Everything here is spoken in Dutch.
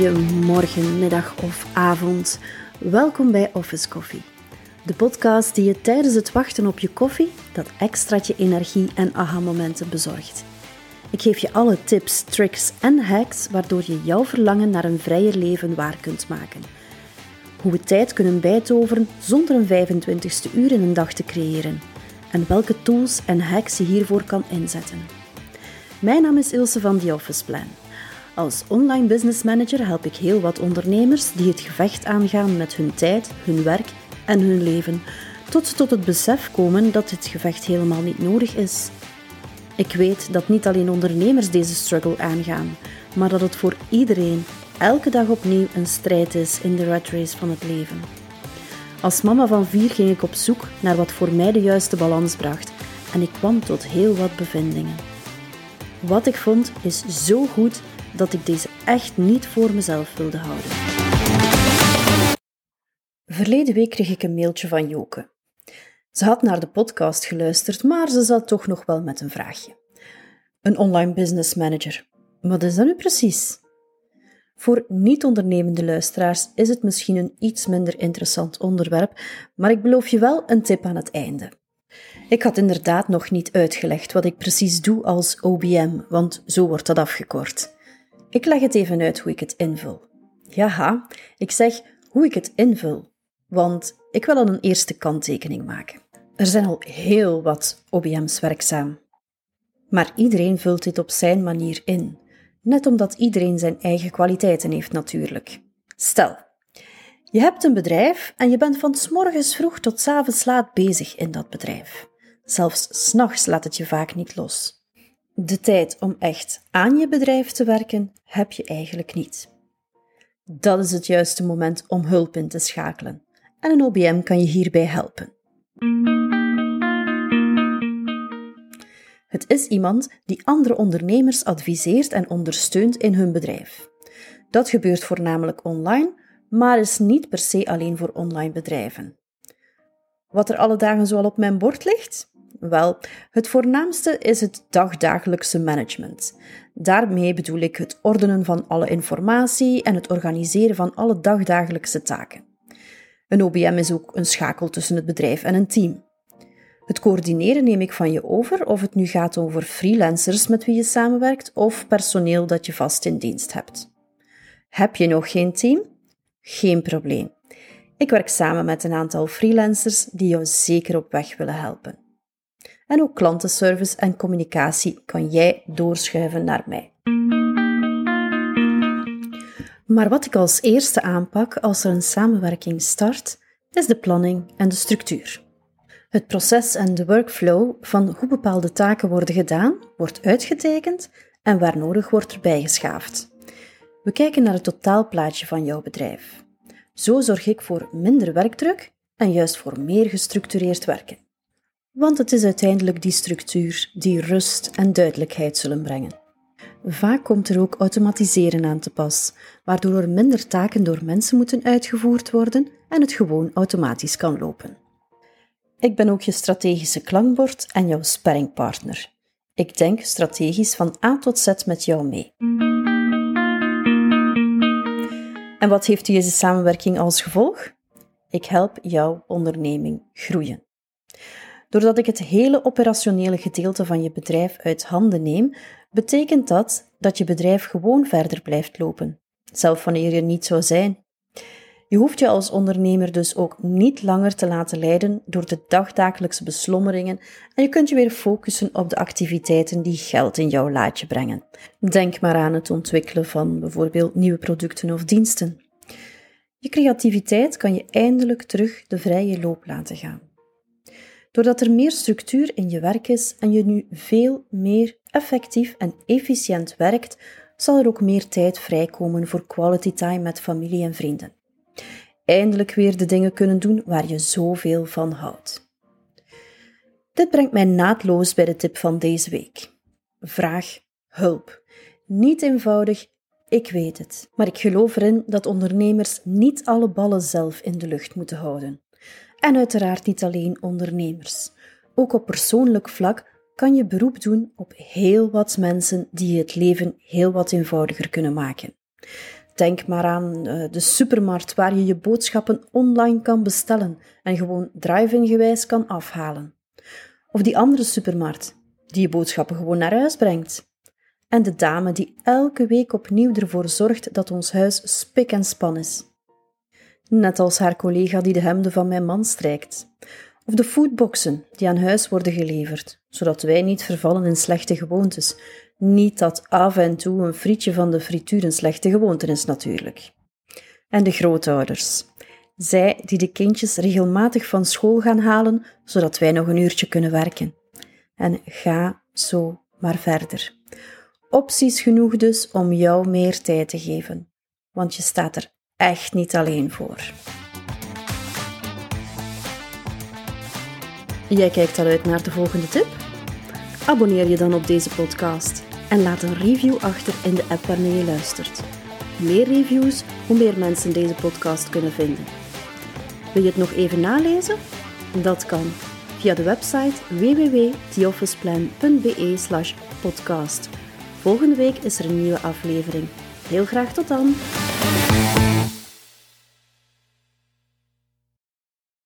Goedemorgen, middag of avond. Welkom bij Office Coffee. De podcast die je tijdens het wachten op je koffie dat extraatje energie en aha-momenten bezorgt. Ik geef je alle tips, tricks en hacks waardoor je jouw verlangen naar een vrijer leven waar kunt maken. Hoe we tijd kunnen bijtoveren zonder een 25ste uur in een dag te creëren. En welke tools en hacks je hiervoor kan inzetten. Mijn naam is Ilse van The Office Plan. Als online business manager help ik heel wat ondernemers die het gevecht aangaan met hun tijd, hun werk en hun leven, tot ze tot het besef komen dat dit gevecht helemaal niet nodig is. Ik weet dat niet alleen ondernemers deze struggle aangaan, maar dat het voor iedereen elke dag opnieuw een strijd is in de rat race van het leven. Als mama van 4 ging ik op zoek naar wat voor mij de juiste balans bracht en ik kwam tot heel wat bevindingen. Wat ik vond is zo goed dat ik deze echt niet voor mezelf wilde houden. Verleden week kreeg ik een mailtje van Joke. Ze had naar de podcast geluisterd, maar ze zat toch nog wel met een vraagje. Een online business manager. Wat is dat nu precies? Voor niet-ondernemende luisteraars is het misschien een iets minder interessant onderwerp, maar ik beloof je wel een tip aan het einde. Ik had inderdaad nog niet uitgelegd wat ik precies doe als OBM, want zo wordt dat afgekort. Ik leg het even uit hoe ik het invul. Ja, ik zeg hoe ik het invul, want ik wil al een eerste kanttekening maken. Er zijn al heel wat OBM's werkzaam. Maar iedereen vult dit op zijn manier in, net omdat iedereen zijn eigen kwaliteiten heeft natuurlijk. Stel, je hebt een bedrijf en je bent van 's morgens vroeg tot 's avonds laat bezig in dat bedrijf. Zelfs 's nachts laat het je vaak niet los. De tijd om echt aan je bedrijf te werken heb je eigenlijk niet. Dat is het juiste moment om hulp in te schakelen. En een OBM kan je hierbij helpen. Het is iemand die andere ondernemers adviseert en ondersteunt in hun bedrijf. Dat gebeurt voornamelijk online, maar is niet per se alleen voor online bedrijven. Wat er alle dagen zoal op mijn bord ligt? Wel, het voornaamste is het dagdagelijkse management. Daarmee bedoel ik het ordenen van alle informatie en het organiseren van alle dagdagelijkse taken. Een OBM is ook een schakel tussen het bedrijf en een team. Het coördineren neem ik van je over, of het nu gaat over freelancers met wie je samenwerkt of personeel dat je vast in dienst hebt. Heb je nog geen team? Geen probleem. Ik werk samen met een aantal freelancers die jou zeker op weg willen helpen. En ook klantenservice en communicatie kan jij doorschuiven naar mij. Maar wat ik als eerste aanpak als er een samenwerking start, is de planning en de structuur. Het proces en de workflow van hoe bepaalde taken worden gedaan, wordt uitgetekend en waar nodig wordt er bijgeschaafd. We kijken naar het totaalplaatje van jouw bedrijf. Zo zorg ik voor minder werkdruk en juist voor meer gestructureerd werken. Want het is uiteindelijk die structuur die rust en duidelijkheid zullen brengen. Vaak komt er ook automatiseren aan te pas, waardoor er minder taken door mensen moeten uitgevoerd worden en het gewoon automatisch kan lopen. Ik ben ook je strategische klankbord en jouw sparringpartner. Ik denk strategisch van A tot Z met jou mee. En wat heeft deze samenwerking als gevolg? Ik help jouw onderneming groeien. Doordat ik het hele operationele gedeelte van je bedrijf uit handen neem, betekent dat je bedrijf gewoon verder blijft lopen, zelfs wanneer je er niet zou zijn. Je hoeft je als ondernemer dus ook niet langer te laten leiden door de dagdagelijkse beslommeringen en je kunt je weer focussen op de activiteiten die geld in jouw laadje brengen. Denk maar aan het ontwikkelen van bijvoorbeeld nieuwe producten of diensten. Je creativiteit kan je eindelijk terug de vrije loop laten gaan. Doordat er meer structuur in je werk is en je nu veel meer effectief en efficiënt werkt, zal er ook meer tijd vrijkomen voor quality time met familie en vrienden. Eindelijk weer de dingen kunnen doen waar je zoveel van houdt. Dit brengt mij naadloos bij de tip van deze week. Vraag hulp. Niet eenvoudig, ik weet het. Maar ik geloof erin dat ondernemers niet alle ballen zelf in de lucht moeten houden. En uiteraard niet alleen ondernemers. Ook op persoonlijk vlak kan je beroep doen op heel wat mensen die je het leven heel wat eenvoudiger kunnen maken. Denk maar aan de supermarkt waar je je boodschappen online kan bestellen en gewoon drive-in gewijs kan afhalen. Of die andere supermarkt die je boodschappen gewoon naar huis brengt. En de dame die elke week opnieuw ervoor zorgt dat ons huis spik en span is. Net als haar collega die de hemden van mijn man strijkt. Of de foodboxen die aan huis worden geleverd, zodat wij niet vervallen in slechte gewoontes. Niet dat af en toe een frietje van de frituur een slechte gewoonte is natuurlijk. En de grootouders. Zij die de kindjes regelmatig van school gaan halen, zodat wij nog een uurtje kunnen werken. En ga zo maar verder. Opties genoeg dus om jou meer tijd te geven. Want je staat er echt niet alleen voor. Jij kijkt al uit naar de volgende tip? Abonneer je dan op deze podcast en laat een review achter in de app waarmee je luistert. Hoe meer reviews, hoe meer mensen deze podcast kunnen vinden. Wil je het nog even nalezen? Dat kan via de website www.theofficeplan.be/podcast. Volgende week is er een nieuwe aflevering. Heel graag tot dan!